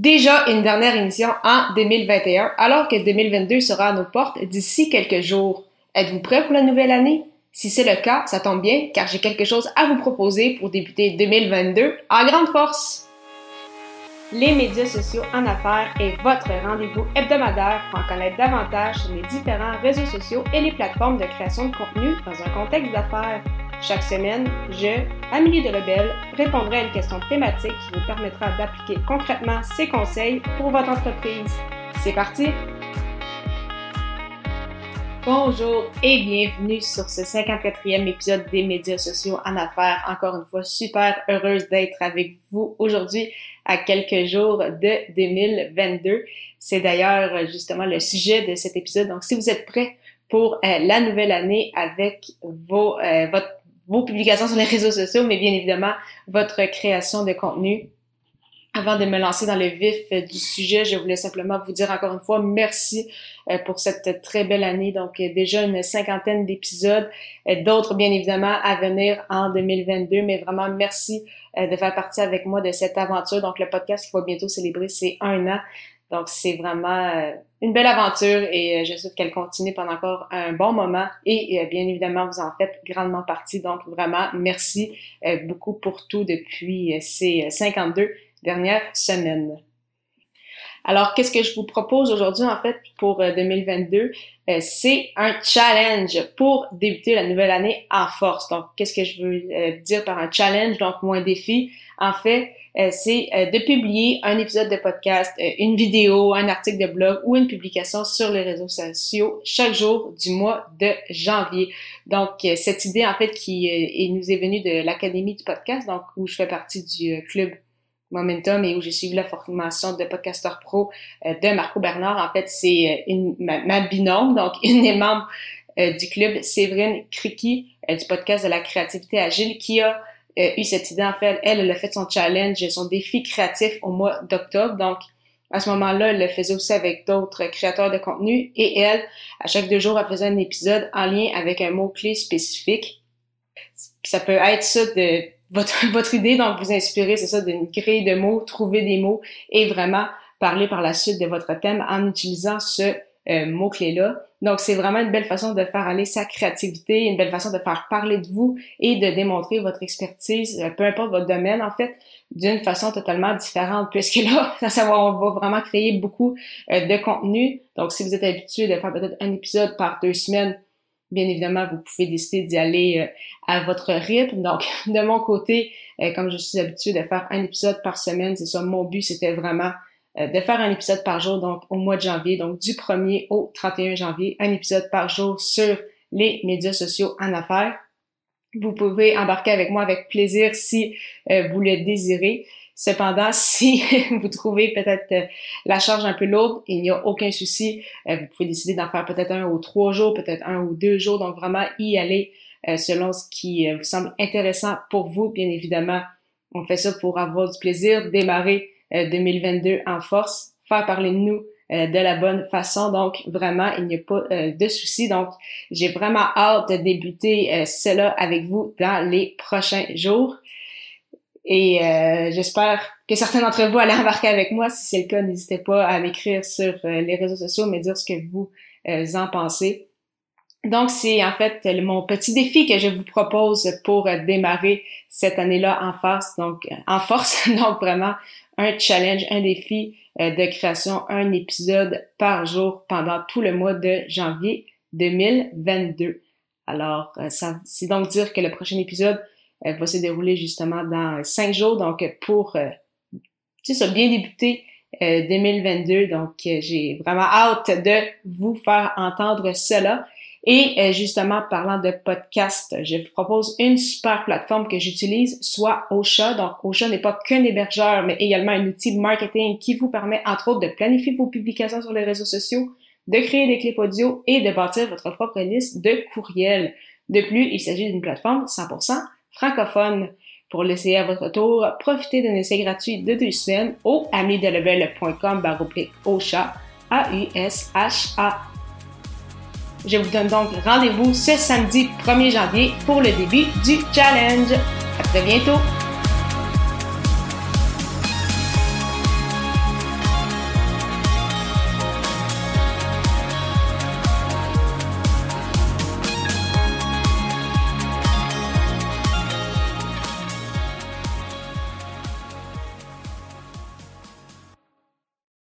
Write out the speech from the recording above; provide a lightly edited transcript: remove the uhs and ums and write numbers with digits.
Déjà une dernière émission en 2021, alors que 2022 sera à nos portes d'ici quelques jours. Êtes-vous prêts pour la nouvelle année? Si c'est le cas, ça tombe bien, car j'ai quelque chose à vous proposer pour débuter 2022 en grande force. Les médias sociaux en affaires est votre rendez-vous hebdomadaire pour en connaître davantage sur les différents réseaux sociaux et les plateformes de création de contenu dans un contexte d'affaires. Chaque semaine, je, Amélie Delebel, répondrai à une question thématique qui vous permettra d'appliquer concrètement ces conseils pour votre entreprise. C'est parti! Bonjour et bienvenue sur ce 54e épisode des médias sociaux en affaires. Encore une fois, super heureuse d'être avec vous aujourd'hui à quelques jours de 2022. C'est d'ailleurs justement le sujet de cet épisode. Donc, si vous êtes prêts pour la nouvelle année avec vos publications sur les réseaux sociaux, mais bien évidemment, votre création de contenu. Avant de me lancer dans le vif du sujet, je voulais simplement vous dire encore une fois merci pour cette très belle année. Donc, déjà une 50aine d'épisodes, d'autres bien évidemment à venir en 2022, mais vraiment merci de faire partie avec moi de cette aventure. Donc, le podcast qui va bientôt célébrer ses 1 an. Donc, c'est vraiment une belle aventure et je souhaite qu'elle continue pendant encore un bon moment et bien évidemment, vous en faites grandement partie. Donc, vraiment, merci beaucoup pour tout depuis ces 52 dernières semaines. Alors, qu'est-ce que je vous propose aujourd'hui, en fait, pour 2022? C'est un challenge pour débuter la nouvelle année en force. Donc, qu'est-ce que je veux dire par un challenge, donc ou un défi? En fait, c'est de publier un épisode de podcast, une vidéo, un article de blog ou une publication sur les réseaux sociaux chaque jour du mois de janvier. Donc, cette idée, en fait, qui nous est venue de l'Académie du podcast, donc où je fais partie du club Momentum et où j'ai suivi la formation de podcasteur pro de Marco Bernard. En fait, c'est ma binôme, donc une des membres du club, Séverine Criqui, du podcast de la créativité agile, qui a eu cette idée. En fait, elle a fait son challenge, son défi créatif au mois d'octobre. Donc, à ce moment-là, elle le faisait aussi avec d'autres créateurs de contenu et elle, à chaque 2 jours, elle faisait un épisode en lien avec un mot-clé spécifique. Ça peut être ça de votre idée, donc vous inspirer, c'est ça, d'une grille de mots, trouver des mots et vraiment parler par la suite de votre thème en utilisant ce mot-clé-là. Donc, c'est vraiment une belle façon de faire aller sa créativité, une belle façon de faire parler de vous et de démontrer votre expertise, peu importe votre domaine, en fait, d'une façon totalement différente, puisque là, on va vraiment créer beaucoup de contenu. Donc, si vous êtes habitué de faire peut-être un épisode par 2 semaines, bien évidemment, vous pouvez décider d'y aller à votre rythme. Donc, de mon côté, comme je suis habituée de faire un épisode par semaine, c'est ça, mon but, c'était vraiment de faire un épisode par jour, donc au mois de janvier, donc du 1er au 31 janvier, un épisode par jour sur les médias sociaux en affaires. Vous pouvez embarquer avec moi avec plaisir si vous le désirez. Cependant, si vous trouvez peut-être la charge un peu lourde, il n'y a aucun souci. Vous pouvez décider d'en faire peut-être 1 ou 3 jours, peut-être 1 ou 2 jours. Donc, vraiment y aller selon ce qui vous semble intéressant pour vous. Bien évidemment, on fait ça pour avoir du plaisir, démarrer 2022 en force, faire parler de nous de la bonne façon. Donc, vraiment, il n'y a pas de souci. Donc, j'ai vraiment hâte de débuter cela avec vous dans les prochains jours. Et j'espère que certains d'entre vous allez embarquer avec moi. Si c'est le cas, n'hésitez pas à m'écrire sur les réseaux sociaux, me dire ce que vous en pensez. Donc, c'est en fait mon petit défi que je vous propose pour démarrer cette année-là en force. Donc, donc vraiment un challenge, un défi de création, un épisode par jour pendant tout le mois de janvier 2022. Alors, ça, c'est donc dire que le prochain épisode va se dérouler justement dans 5 jours, donc pour bien débuter 2022. Donc, j'ai vraiment hâte de vous faire entendre cela. Et justement, parlant de podcast, je vous propose une super plateforme que j'utilise, soit Ocha. Donc, Ocha n'est pas qu'un hébergeur, mais également un outil de marketing qui vous permet, entre autres, de planifier vos publications sur les réseaux sociaux, de créer des clips audio et de bâtir votre propre liste de courriels. De plus, il s'agit d'une plateforme 100% francophone. Pour l'essayer à votre tour, profitez d'un essai gratuit de 2 semaines au amiedelebel.com/Ocha, AUSHA. Je vous donne donc rendez-vous ce samedi 1er janvier pour le début du challenge. À très bientôt!